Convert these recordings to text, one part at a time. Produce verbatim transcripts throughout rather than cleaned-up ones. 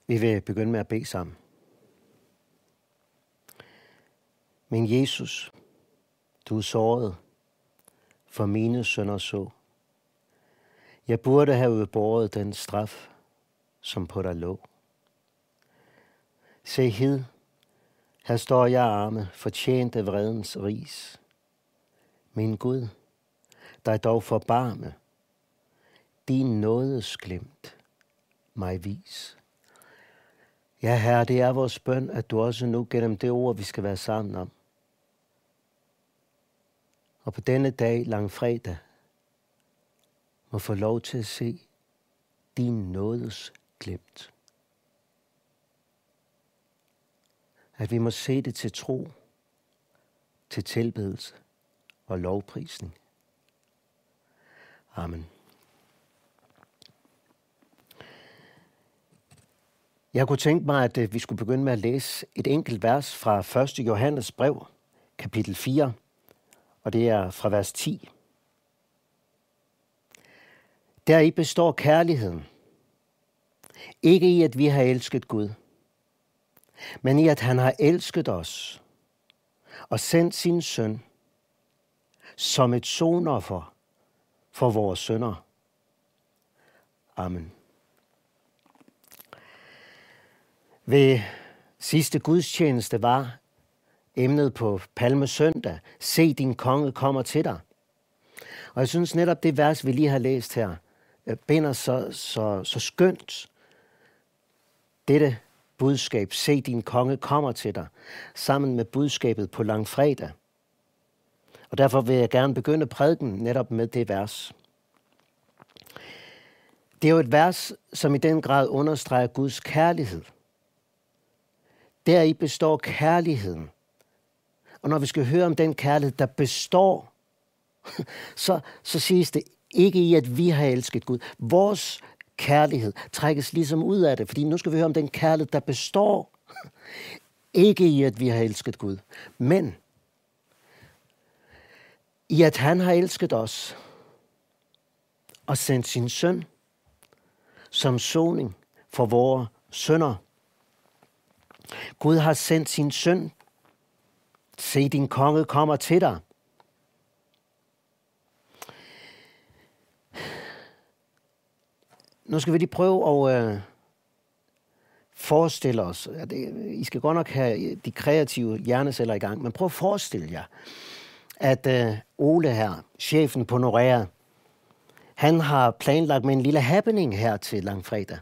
Vi vil begynde med at bede sammen. Men Jesus, du er såret for mine synder så. Jeg burde have båret den straf, som på dig lå. Se hid, her står jeg arme, fortjent af vredens ris. Min Gud, dig dog forbarme, din nådes glimt mig vis. Ja, Herre, det er vores bøn, at du også nu gennem det ord, vi skal være sammen om. Og på denne dag, langfredag, må få lov til at se din nådes glimt. At vi må se det til tro, til tilbedelse og lovprisning. Amen. Jeg kunne tænke mig, at vi skulle begynde med at læse et enkelt vers fra første Johannes brev, kapitel fire, og det er fra vers ti. Deri består kærligheden. Ikke i, at vi har elsket Gud, men i, at han har elsket os og sendt sin søn som et sonoffer for vores synder. Amen. Ved sidste gudstjeneste var emnet på Palmesøndag, se din konge kommer til dig. Og jeg synes netop det vers, vi lige har læst her, binder så, så, så skønt dette budskab, se din konge kommer til dig, sammen med budskabet på langfredag. Og derfor vil jeg gerne begynde prædiken netop med det vers. Det er jo et vers, som i den grad understreger Guds kærlighed. Deri består kærligheden. Og når vi skal høre om den kærlighed, der består, så, så siges det ikke i, at vi har elsket Gud. Vores kærlighed trækkes ligesom ud af det, fordi nu skal vi høre om den kærlighed, der består. Ikke i, at vi har elsket Gud, men i, at han har elsket os og sendt sin søn som soning for vores synder. Gud har sendt sin søn. Se, din konge kommer til dig. Nu skal vi lige prøve at øh, forestille os, at det, I skal godt nok have de kreative hjerneceller i gang, men prøv at forestille jer, at øh, Ole her, chefen på Norea, han har planlagt med en lille happening her til langfredag.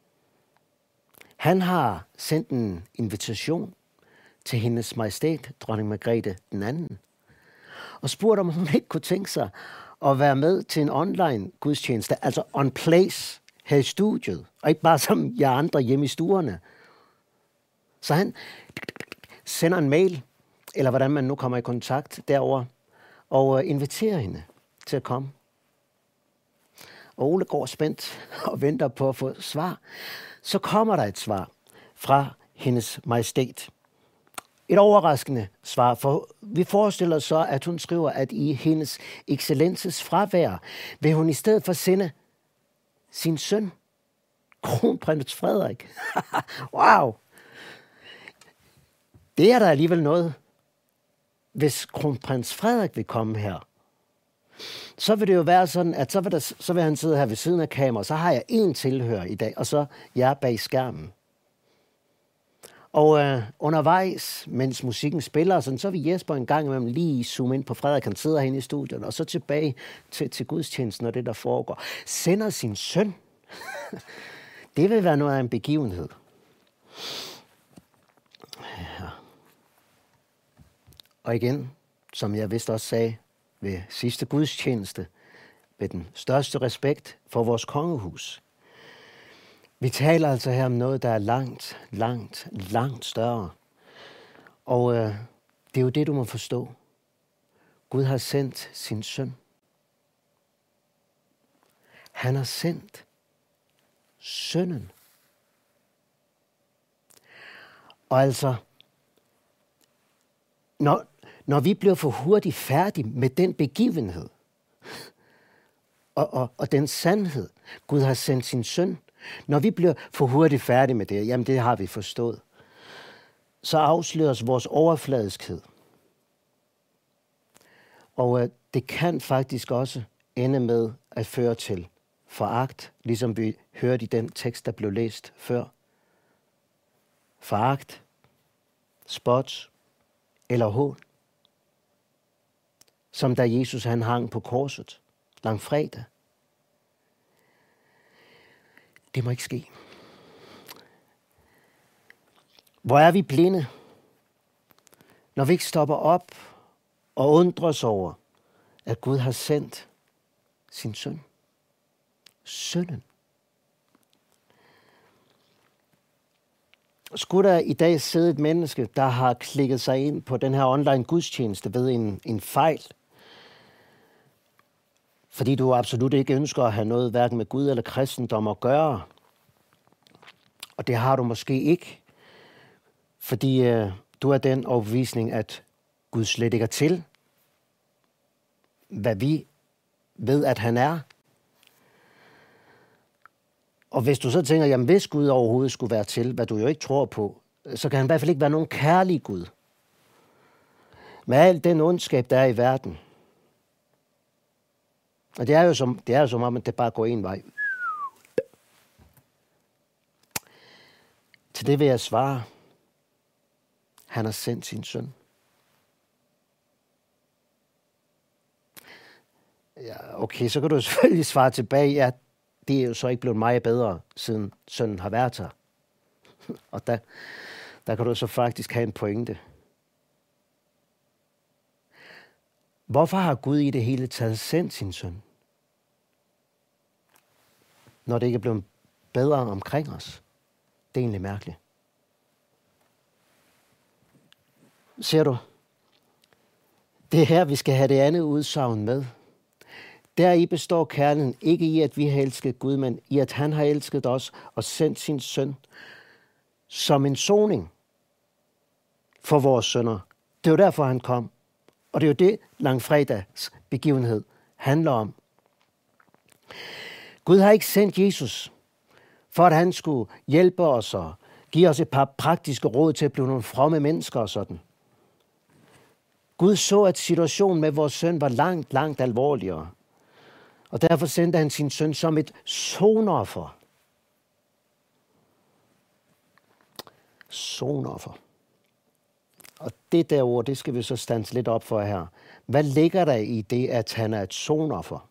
Han har sendt en invitation til hendes majestæt, dronning Margrethe den anden, og spurgte, om hun ikke kunne tænke sig at være med til en online gudstjeneste, altså on place her i studiet, og ikke bare som jer andre hjemme i stuerne. Så han sender en mail, eller hvordan man nu kommer i kontakt derover, og inviterer hende til at komme. Og Ole går spændt og venter på at få svar. Så kommer der et svar fra hendes majestæt. Et overraskende svar, for vi forestiller os så, at hun skriver, at i hendes excellences fravær vil hun i stedet for sende sin søn, kronprins Frederik. Wow! Det er der alligevel noget. Hvis kronprins Frederik vil komme her, så vil det jo være sådan, at så vil, der, så vil han sidde her ved siden af kameraet, så har jeg én tilhører i dag, og så jeg bag skærmen. Og øh, undervejs, mens musikken spiller, sådan, så vil Jesper en gang imellem lige zoome ind på Frederik, han sidder herinde i studiet, og så tilbage til, til gudstjenesten og det, der foregår. Sender sin søn. Det vil være noget af en begivenhed. Ja. Og igen, som jeg vist også sagde ved sidste gudstjeneste, med den største respekt for vores kongehus. Vi taler altså her om noget, der er langt, langt, langt større. Og øh, det er jo det, du må forstå. Gud har sendt sin søn. Han har sendt sønnen. Og altså, når, når vi bliver for hurtigt færdige med den begivenhed, og, og, og den sandhed, Gud har sendt sin søn Når vi bliver for hurtigt færdige med det, jamen det har vi forstået, så afsløres vores overfladiskhed. Og øh, det kan faktisk også ende med at føre til foragt, ligesom vi hørte i den tekst, der blev læst før. Foragt, spot eller hån. Som da Jesus han hang på korset langfredag. Det må ikke ske. Hvor er vi blinde, når vi ikke stopper op og undrer os over, at Gud har sendt sin søn. Sønnen. Skulle der i dag sidde et menneske, der har klikket sig ind på den her online gudstjeneste ved en, en fejl, fordi du absolut ikke ønsker at have noget hverken med Gud eller kristendom at gøre, og det har du måske ikke, fordi øh, du er den overbevisning, at Gud slet ikke er til, hvad vi ved, at han er. Og hvis du så tænker, jamen hvis Gud overhovedet skulle være til, hvad du jo ikke tror på, så kan han i hvert fald ikke være nogen kærlig Gud. Med al den ondskab, der er i verden. Og det er jo som, det er jo som om, at det bare går en vej. Til det vil jeg svare, han har sendt sin søn. Ja, okay, så kan du selvfølgelig svare tilbage, ja, det er jo så ikke blevet meget bedre, siden sønnen har været her. Og der, der kan du så faktisk have en pointe. Hvorfor har Gud i det hele taget sendt sin søn? Når det ikke er blevet bedre omkring os. Det er egentlig mærkeligt. Ser du? Det er her, vi skal have det andet udsagn med. Deri består kærligheden ikke i, at vi har elsket Gud, men i, at han har elsket os og sendt sin søn som en soning for vores synder. Det er jo derfor, han kom. Og det er jo det, langfredags begivenhed handler om. Gud har ikke sendt Jesus, for at han skulle hjælpe os og give os et par praktiske råd til at blive nogle fromme mennesker og sådan. Gud så, at situationen med vores søn var langt, langt alvorligere. Og derfor sendte han sin søn som et sonoffer. Sonoffer. Og det der ord, det skal vi så stands lidt op for her. Hvad ligger der i det, at han er et sonoffer?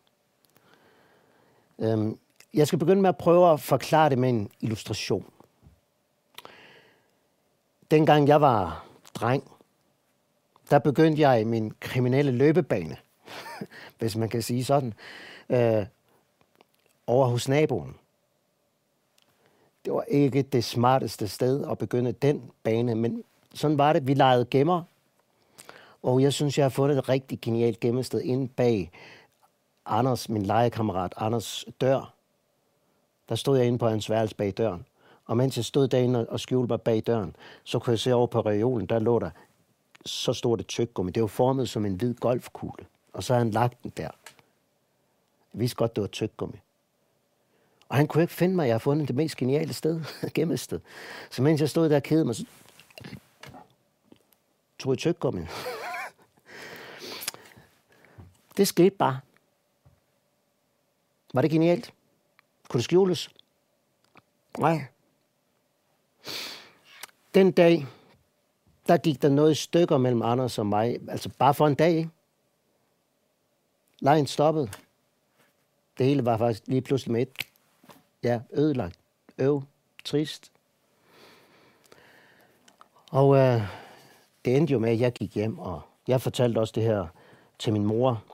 Øhm, jeg skal begynde med at prøve at forklare det med en illustration. Dengang jeg var dreng, der begyndte jeg min kriminelle løbebane, hvis man kan sige sådan, øh, over hos naboen. Det var ikke det smarteste sted at begynde den bane, men sådan var det. Vi legede gemmer, og jeg synes, jeg har fundet et rigtig genialt gemmested inde bag Anders, min legekammerat Anders dør. Der stod jeg inde på hans værelse bag døren, og mens jeg stod derinde og skjulte mig bag døren, så kunne jeg se over på reolen, der lå der så stort et tyggegummi. Det var formet som en hvid golfkugle, og så havde han lagt den der. Jeg vidste godt, det var tyggegummi. Og han kunne ikke finde mig. Jeg har fundet det mest geniale sted, gemmested. Så mens jeg stod der og kedede mig, så tog jeg tyggegummi. Det skete bare. Var det genialt? Kunne det skjules? Nej. Den dag, der gik der noget i stykker mellem Anders og mig. Altså bare for en dag, ikke? Lejen stoppede. Det hele var faktisk lige pludselig med et. Ja, ødelagt. Øv. Trist. Og øh, det endte jo med, at jeg gik hjem, og jeg fortalte også det her til min mor.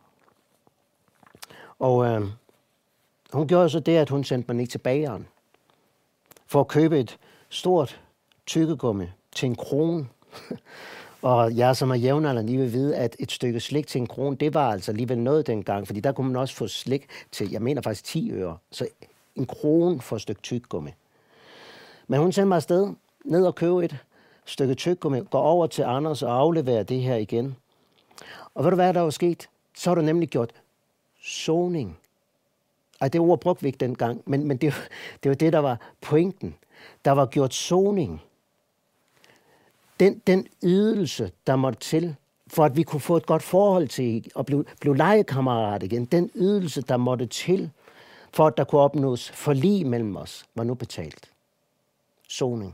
Og øh, hun gjorde så det, at hun sendte mig ned til bageren for at købe et stort tyggegummi til en krone. Og jeg som er jævnaldrende lige vil vide, at et stykke slik til en krone, det var altså alligevel noget dengang, fordi der kunne man også få slik til, jeg mener faktisk ti øre. Så en krone for et stykke tyggegummi. Men hun sendte mig afsted ned og købe et stykke tyggegummi, går over til Anders og afleverer det her igen. Og ved du hvad der var sket? Så har du nemlig gjort soning. Ej, det ord brugte vi ikke dengang, men, men det, det var det, der var pointen. Der var gjort soning. Den, den ydelse, der måtte til, for at vi kunne få et godt forhold til og blive, blive legekammerat igen, den ydelse, der måtte til, for at der kunne opnås forlig mellem os, var nu betalt. Soning.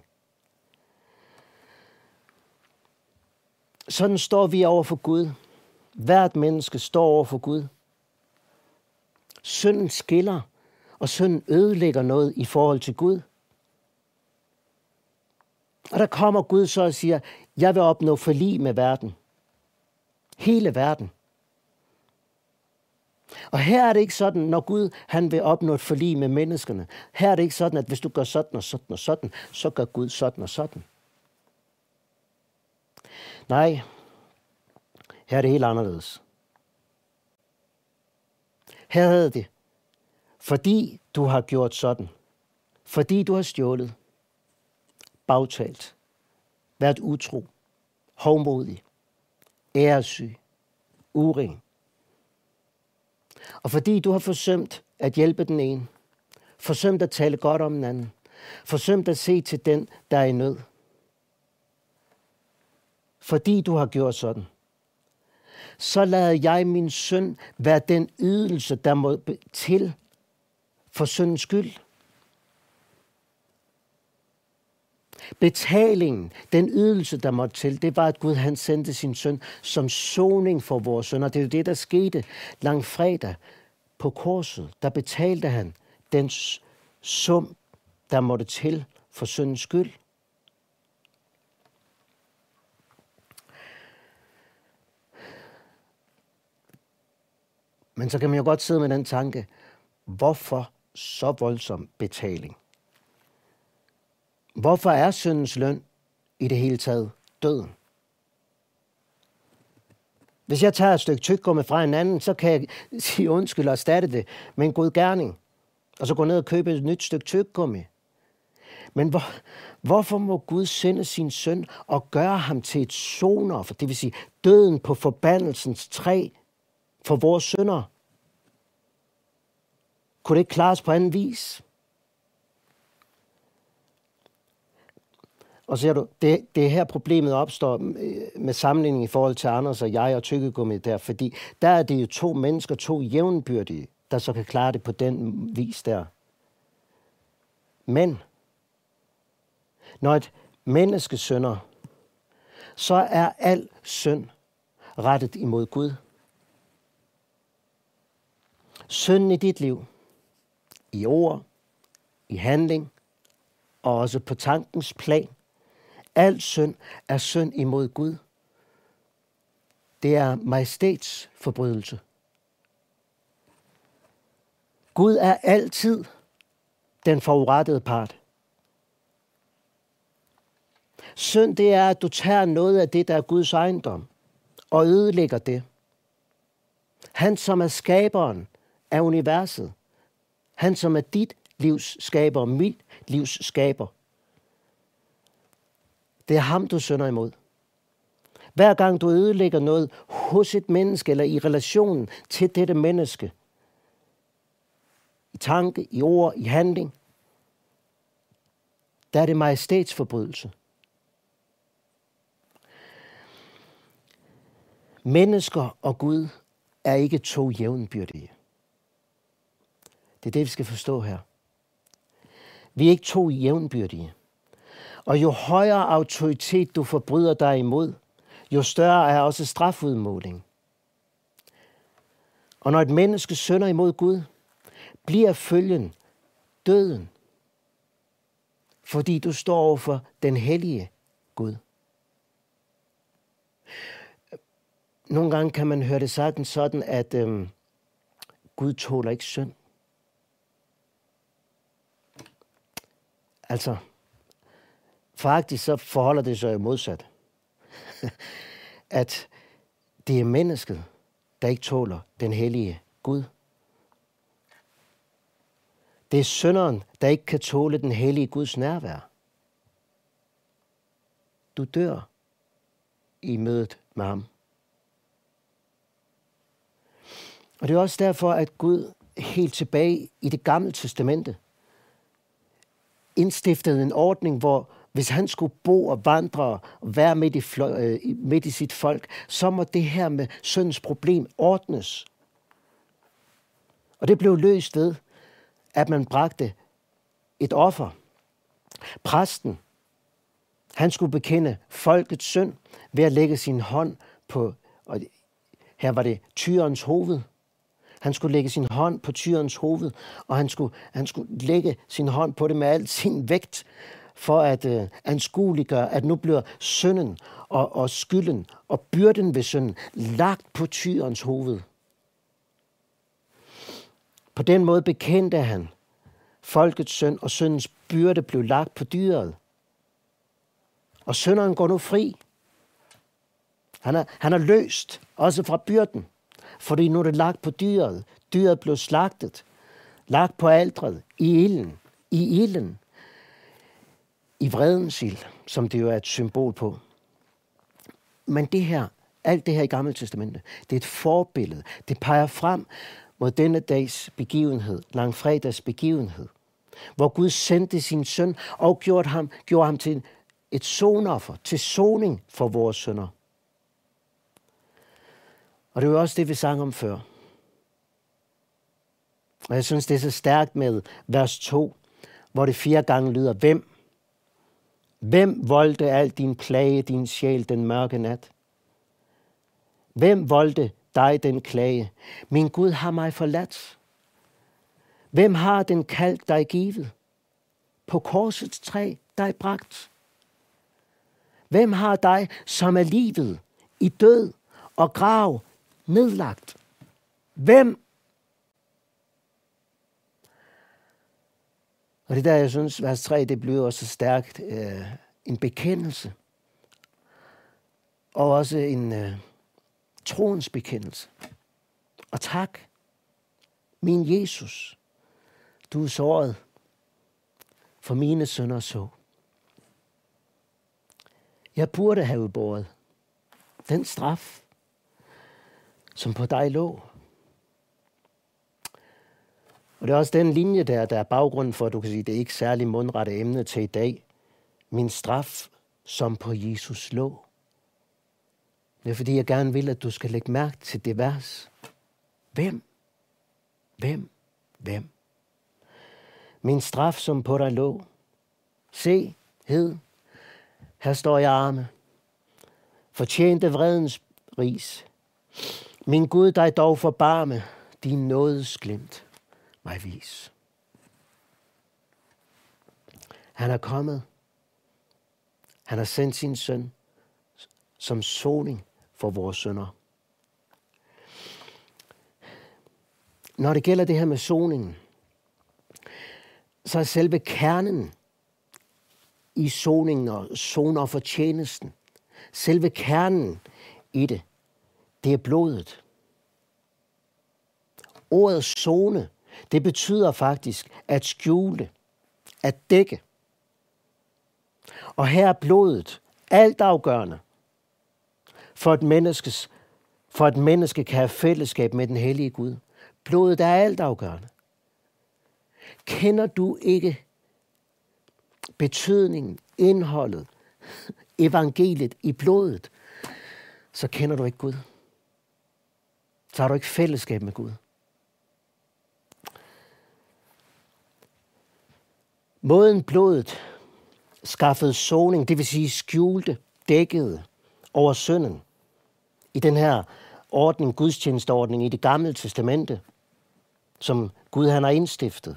Sådan står vi over for Gud. Hvert menneske står over for Gud. Synden skiller, og synden ødelægger noget i forhold til Gud. Og der kommer Gud så og siger, jeg vil opnå forlig med verden. Hele verden. Og her er det ikke sådan, når Gud han vil opnå et forlig med menneskerne. Her er det ikke sådan, at hvis du gør sådan og sådan og sådan, så gør Gud sådan og sådan. Nej, her er det helt anderledes. Her hedder det, fordi du har gjort sådan, fordi du har stjålet, bagtalt, været utro, hovmodig, æresyg, uren. Og fordi du har forsømt at hjælpe den ene, forsømt at tale godt om den anden, forsømt at se til den, der er i nød. Fordi du har gjort sådan, så lader jeg min synd være den ydelse, der må til for syndens skyld. Betalingen, den ydelse, der måtte til, det var, at Gud han sendte sin søn som soning for vores synder. Det er jo det, der skete langfredag på korset. Der betalte han den sum, der måtte til for syndens skyld. Men så kan man jo godt sidde med den tanke, hvorfor så voldsom betaling? Hvorfor er syndens løn i det hele taget døden? Hvis jeg tager et stykke tyggegummi fra en anden, så kan jeg sige undskyld og erstatte det med en god gerning. Og så gå ned og købe et nyt stykke tyggegummi. Men hvor, hvorfor må Gud sende sin søn og gøre ham til et sonoffer, det vil sige døden på forbandelsens træ for vores synder? Kunne det ikke klares på anden vis? Og ser du, det, det her problemet opstår med sammenligning i forhold til Anders og jeg og tyggegummi der, fordi der er det jo to mennesker, to jævnbyrdige, der så kan klare det på den vis der. Men når et menneske synder, så er al synd rettet imod Gud. Synden i dit liv, i ord, i handling og også på tankens plan, al synd er synd imod Gud. Det er majestætsforbrydelse. Gud er altid den forurettede part. Synd, det er, at du tager noget af det, der er Guds ejendom, og ødelægger det. Han, som er skaberen af universet. Han, som er dit livs skaber, mit livs skaber. Det er ham, du synder imod. Hver gang du ødelægger noget hos et menneske, eller i relationen til dette menneske, i tanke, i ord, i handling, der er det majestætsforbrydelse. Mennesker og Gud er ikke to jævnbyrdige. Det er det, vi skal forstå her. Vi er ikke to jævnbyrdige. Og jo højere autoritet du forbryder dig imod, jo større er også strafudmåling. Og når et menneske synder imod Gud, bliver følgen døden. Fordi du står over for den hellige Gud. Nogle gange kan man høre det sagt sådan, at øhm, Gud tåler ikke synd. Altså, faktisk så forholder det sig jo modsat. At det er mennesket, der ikke tåler den hellige Gud. Det er synderen, der ikke kan tåle den hellige Guds nærvær. Du dør i mødet med ham. Og det er også derfor, at Gud helt tilbage i det gamle testamente indstiftede en ordning, hvor hvis han skulle bo og vandre og være midt i, flo- midt i sit folk, så må det her med syndens problem ordnes. Og det blev løst ved, at man bragte et offer. Præsten, han skulle bekende folkets synd ved at lægge sin hånd på, og her var det tyrens hoved. Han skulle lægge sin hånd på tyrens hoved, og han skulle, han skulle lægge sin hånd på det med al sin vægt, for at uh, anskueliggøre, at nu bliver synden og, og skylden og byrden ved synden lagt på tyrens hoved. På den måde bekendte han folkets synd, og syndens byrde blev lagt på dyret. Og synderen går nu fri. Han er, han er løst, også fra byrden, fordi nu er det lagt på dyret. Dyret blev slagtet, lagt på alteret, i ilden, i ilden, i vredens ild, som det jo er et symbol på. Men det her, alt det her i Gamle Testamente, det er et forbillede. Det peger frem mod denne dags begivenhed, langfredags begivenhed, hvor Gud sendte sin søn og gjorde ham, gjorde ham til et sonoffer, til soning for vores synder. Og det var også det, vi sang om før. Og jeg synes, det er så stærkt med vers to, hvor det fire gange lyder, hvem? Hvem voldte al din plage, din sjæl, den mørke nat? Hvem voldte dig den klage? Min Gud har mig forladt. Hvem har den kalk dig givet? På korsets træ dig bragt. Hvem har dig, som er livet, i død og grav nedlagt? Hvem? Og det der, jeg synes, vers tre, det bliver også stærkt øh, en bekendelse. Og også en øh, troens bekendelse. Og tak, min Jesus, du er såret for mine synder så. Jeg burde have båret den straf, som på dig lå. Og det er også den linje der, der er baggrunden for, at du kan sige, at det er ikke særlig mundrette emne til i dag. Min straf, som på Jesus lå. Det er fordi, jeg gerne vil, at du skal lægge mærke til det vers. Hvem? Hvem? Hvem? Min straf, som på dig lå. Se, hed, her står jeg arme. Fortjente vredens ris. Min Gud, dig dog forbarme, din nådes glimt mig vis. Han er kommet. Han har sendt sin søn som soning for vores synder. Når det gælder det her med soningen, så er selve kernen i soningen og sonoffertjenesten, selve kernen i det, det er blodet. Ordet sone, det betyder faktisk at skjule, at dække. Og her er blodet altafgørende for et menneskes, for et menneske kan have fællesskab med den hellige Gud. Blodet er altafgørende. Kender du ikke betydningen, indholdet, evangeliet i blodet, så kender du ikke Gud. Så har du ikke fællesskab med Gud. Måden blodet skaffede soning, det vil sige skjulte, dækkede over synden, i den her ordning, gudstjenesteordning i det gamle testamente, som Gud han har indstiftet.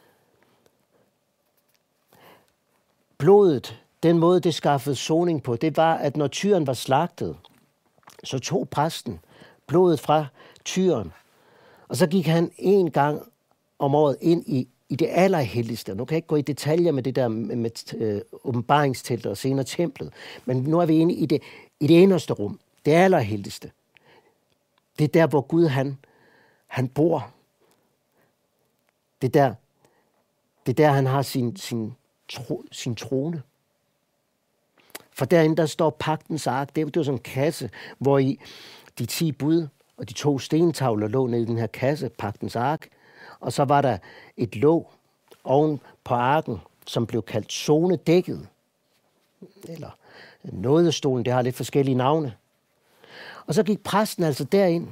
Blodet, den måde det skaffede soning på, det var, at når tyren var slagtet, så tog præsten blodet fra tyren, og så gik han en gang om året ind i, i det allerhelligste. Nu kan jeg ikke gå i detaljer med det der med, med øh, åbenbaringsteltet og senere templet, men nu er vi inde i det, i det inderste rum, det allerhelligste. Det er der, hvor Gud han, han bor. Det er der, det er der han har sin, sin, tro, sin trone. For derinde, der står pagtens ark. Det er jo sådan en kasse, hvor i de ti bud og de to stentavler lå nede i den her kasse, pagtens ark. og så var der et låg oven på arken, som blev kaldt sonedækket, eller nådestolen, det har lidt forskellige navne. Og så gik præsten altså derind,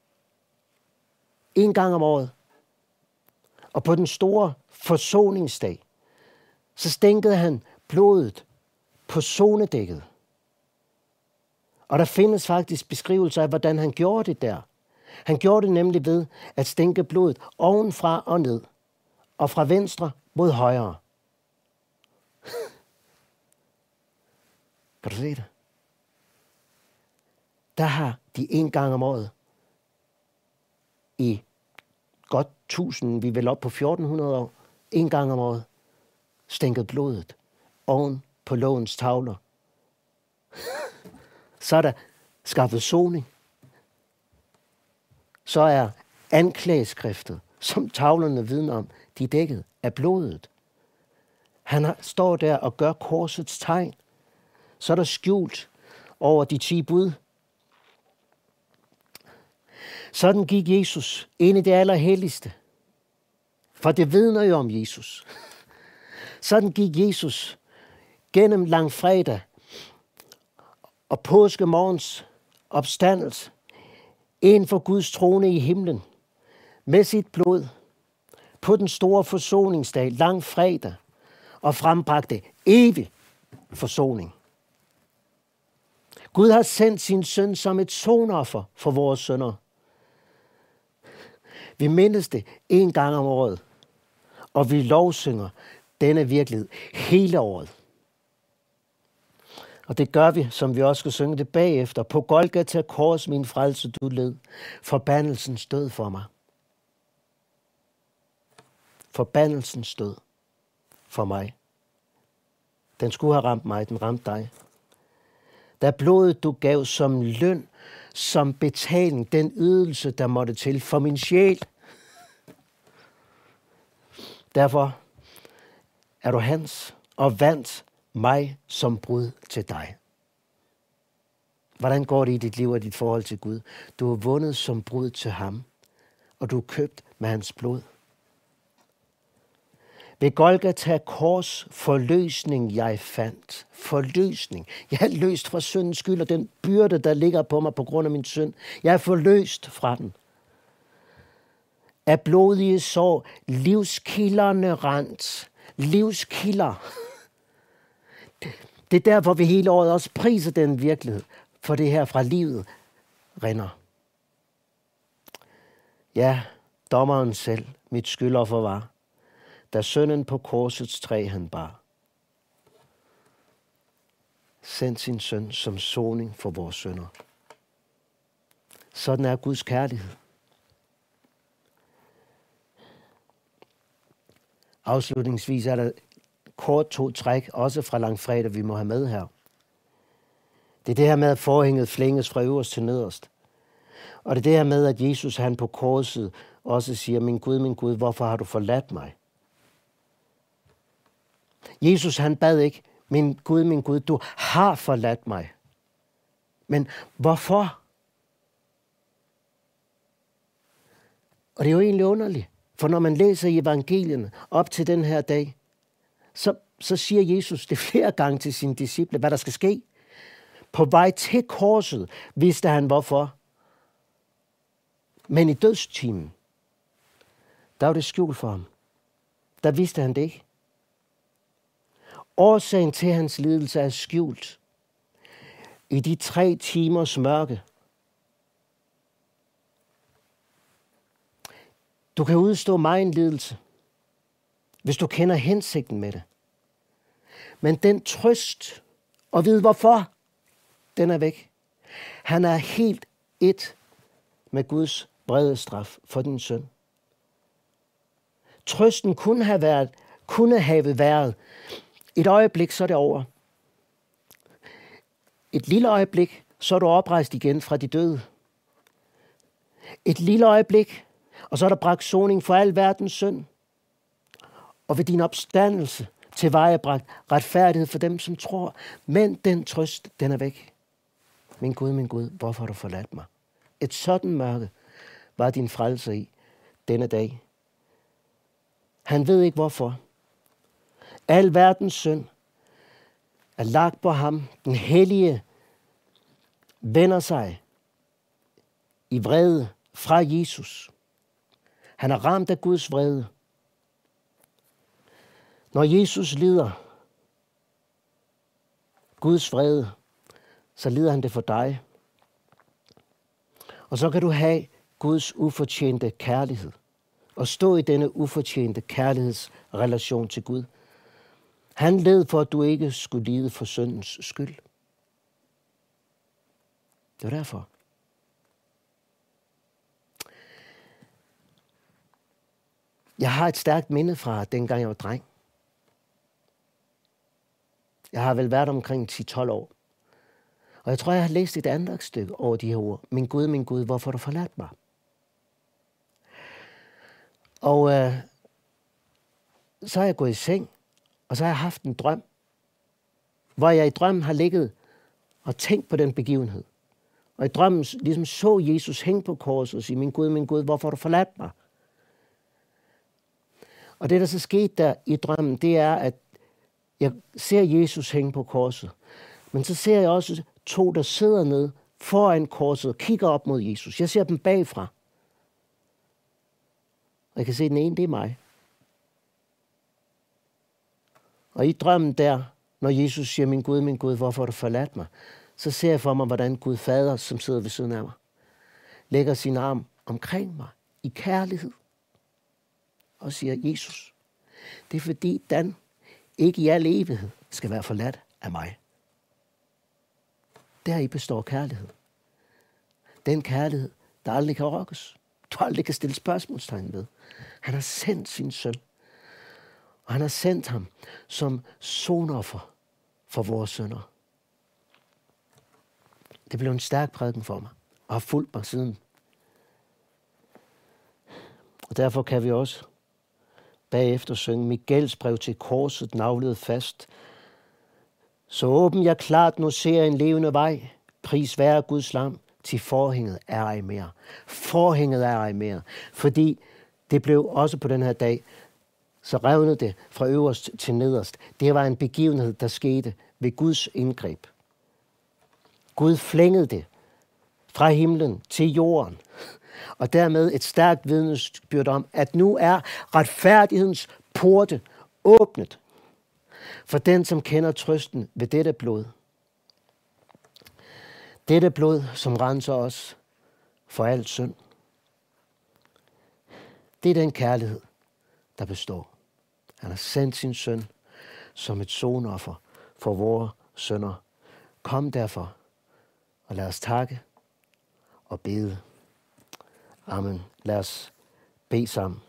en gang om året, og på den store forsoningsdag, så stænkede han blodet på sonedækket. Og der findes faktisk beskrivelser af, hvordan han gjorde det der. Han gjorde det nemlig ved at stænke blodet ovenfra og ned, og fra venstre mod højre. Kan du se det? Der har de en gang om året i godt tusind, vi er vel op på fjorten hundrede år, en gang om året, stænket blodet oven på lovens tavler. Så er der skaffet soning. Så er anklageskriftet, som tavlerne vidner om, de er dækket af blodet. Han har, står der og gør korsets tegn. Så er der skjult over de ti bud. Sådan gik Jesus ind i det allerhelligste. For det vidner jo om Jesus. Sådan gik Jesus gennem langfredag og påskemorgens opstandelse ind for Guds trone i himlen med sit blod på den store forsoningsdag langfredag og frembragte evig forsoning. Gud har sendt sin søn som et sonoffer for vores synder. Vi mindes det en gang om året, og vi lovsynger denne virkelighed hele året. Og det gør vi, som vi også skal synge det bagefter. På Golgata kors min frelse du led, forbandelsen stød for mig. Forbandelsen stød for mig. Den skulle have ramt mig, den ramte dig. Da blodet du gav som løn, som betaling, den ydelse, der måtte til for min sjæl. Derfor er du hans og vandt mig som brud til dig. Hvordan går det i dit liv og dit forhold til Gud? Du er vundet som brud til ham, og du er købt med hans blod. Ved Golgata kors forløsning jeg fandt. Forløsning. Jeg er løst fra syndens skyld og den byrde, der ligger på mig på grund af min synd. Jeg er forløst fra den. Af blodige sår, livskilderne rent. Livskilder. Det er der, hvor vi hele året også priser den virkelighed, for det her fra livet rinder. Ja, dommeren selv, mit skyldoffer var, da sønnen på korsets træ han bar. Send sin søn som soning for vores synder. Sådan er Guds kærlighed. Afslutningsvis er der kort to træk, også fra langfredag, vi må have med her. Det er det her med, at forhænget flænges fra øverst til nederst. Og det er det her med, at Jesus han på korset også siger, min Gud, min Gud, hvorfor har du forladt mig? Jesus han bad ikke, min Gud, min Gud, du har forladt mig. Men hvorfor? Og det er jo egentlig underligt, for når man læser i evangelierne op til den her dag, så, så siger Jesus det flere gange til sine disciple, hvad der skal ske. På vej til korset vidste han hvorfor. Men i dødstimen, der var det skjult for ham. Der vidste han det ikke. Årsagen til hans lidelse er skjult. I de tre timers mørke. Du kan udstå megen lidelse, hvis du kender hensigten med det. Men den trøst, og ved hvorfor, den er væk. Han er helt et med Guds brede straf for din søn. Trøsten kunne have været, kunne have været et øjeblik, så er det over. Et lille øjeblik, så er du oprejst igen fra de døde. Et lille øjeblik, og så er der bragt soning for al verdens synd. Og ved din opstandelse tilvejebragt retfærdighed for dem, som tror. Men den trøst, den er væk. Min Gud, min Gud, hvorfor har du forladt mig? Et sådan mørke var din frelser i denne dag. Han ved ikke hvorfor. Al verdens synd er lagt på ham. Den hellige vender sig i vrede fra Jesus. Han er ramt af Guds vrede. Når Jesus lider Guds vrede, så lider han det for dig. Og så kan du have Guds ufortjente kærlighed og stå i denne ufortjente kærlighedsrelation til Gud. Han led for, at du ikke skulle lide for syndens skyld. Det var derfor. Jeg har et stærkt minde fra dengang jeg var dreng. Jeg har vel været omkring ti til tolv år. Og jeg tror, jeg har læst et andagtstykke over de her ord. Min Gud, min Gud, hvorfor har du forladt mig? Og øh, så er jeg gået i seng, og så har jeg haft en drøm, hvor jeg i drømmen har ligget og tænkt på den begivenhed. Og i drømmen ligesom så Jesus hænge på korset og sige, min Gud, min Gud, hvorfor har du forladt mig? Og det, der så skete der i drømmen, det er, at jeg ser Jesus hænge på korset. Men så ser jeg også to, der sidder ned foran korset og kigger op mod Jesus. Jeg ser dem bagfra. Og jeg kan se, at den ene, det er mig. Og i drømmen der, når Jesus siger, min Gud, min Gud, hvorfor har du forladt mig? Så ser jeg for mig, hvordan Gud Fader, som sidder ved siden af mig, lægger sin arm omkring mig i kærlighed. Og siger, Jesus, det er fordi Dan ikke i al evighed skal være forladt af mig. Deri består kærlighed. Den kærlighed, der aldrig kan rokkes. Du aldrig kan stille spørgsmålstegn ved. Han har sendt sin søn. Og han har sendt ham som sonoffer for vores synder. Det blev en stærk prædiken for mig, og har fulgt mig siden. Og derfor kan vi også bagefter synge mit gældsbrev til korset navlet fast. Så åben jeg klart, nu ser jeg en levende vej. Pris være Guds lam, til forhænget er ej mere. Forhænget er ej mere. Fordi det blev også på den her dag, så revnede det fra øverst til nederst. Det var en begivenhed, der skete ved Guds indgreb. Gud flængede det fra himlen til jorden. Og dermed et stærkt vidnesbyrd om, at nu er retfærdighedens porte åbnet for den, som kender trøsten ved dette blod. Dette blod, som renser os for alt synd. Det er den kærlighed, der består. Han har sendt sin søn som et sonoffer for vores synder. Kom derfor, og lad os takke og bede. Amen. Lad os bede sammen.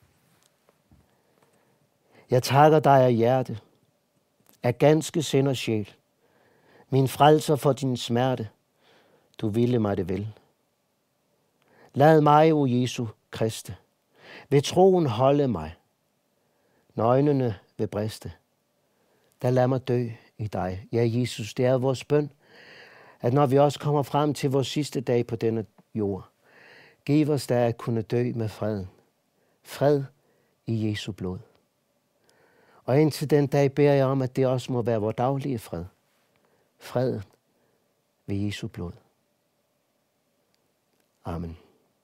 Jeg takker dig af hjerte, af ganske sind og sjæl. Min frelser for din smerte, du ville mig det vel. Lad mig, o Jesu Kriste, ved troen holde mig, når øjnene vil briste. Der lad mig dø i dig. Ja, Jesus, det er vores bøn, at når vi også kommer frem til vores sidste dag på denne jord, giv os da at kunne dø med freden. Fred i Jesu blod. Og indtil den dag beder jeg om, at det også må være vores daglige fred. Freden ved Jesu blod. Amen.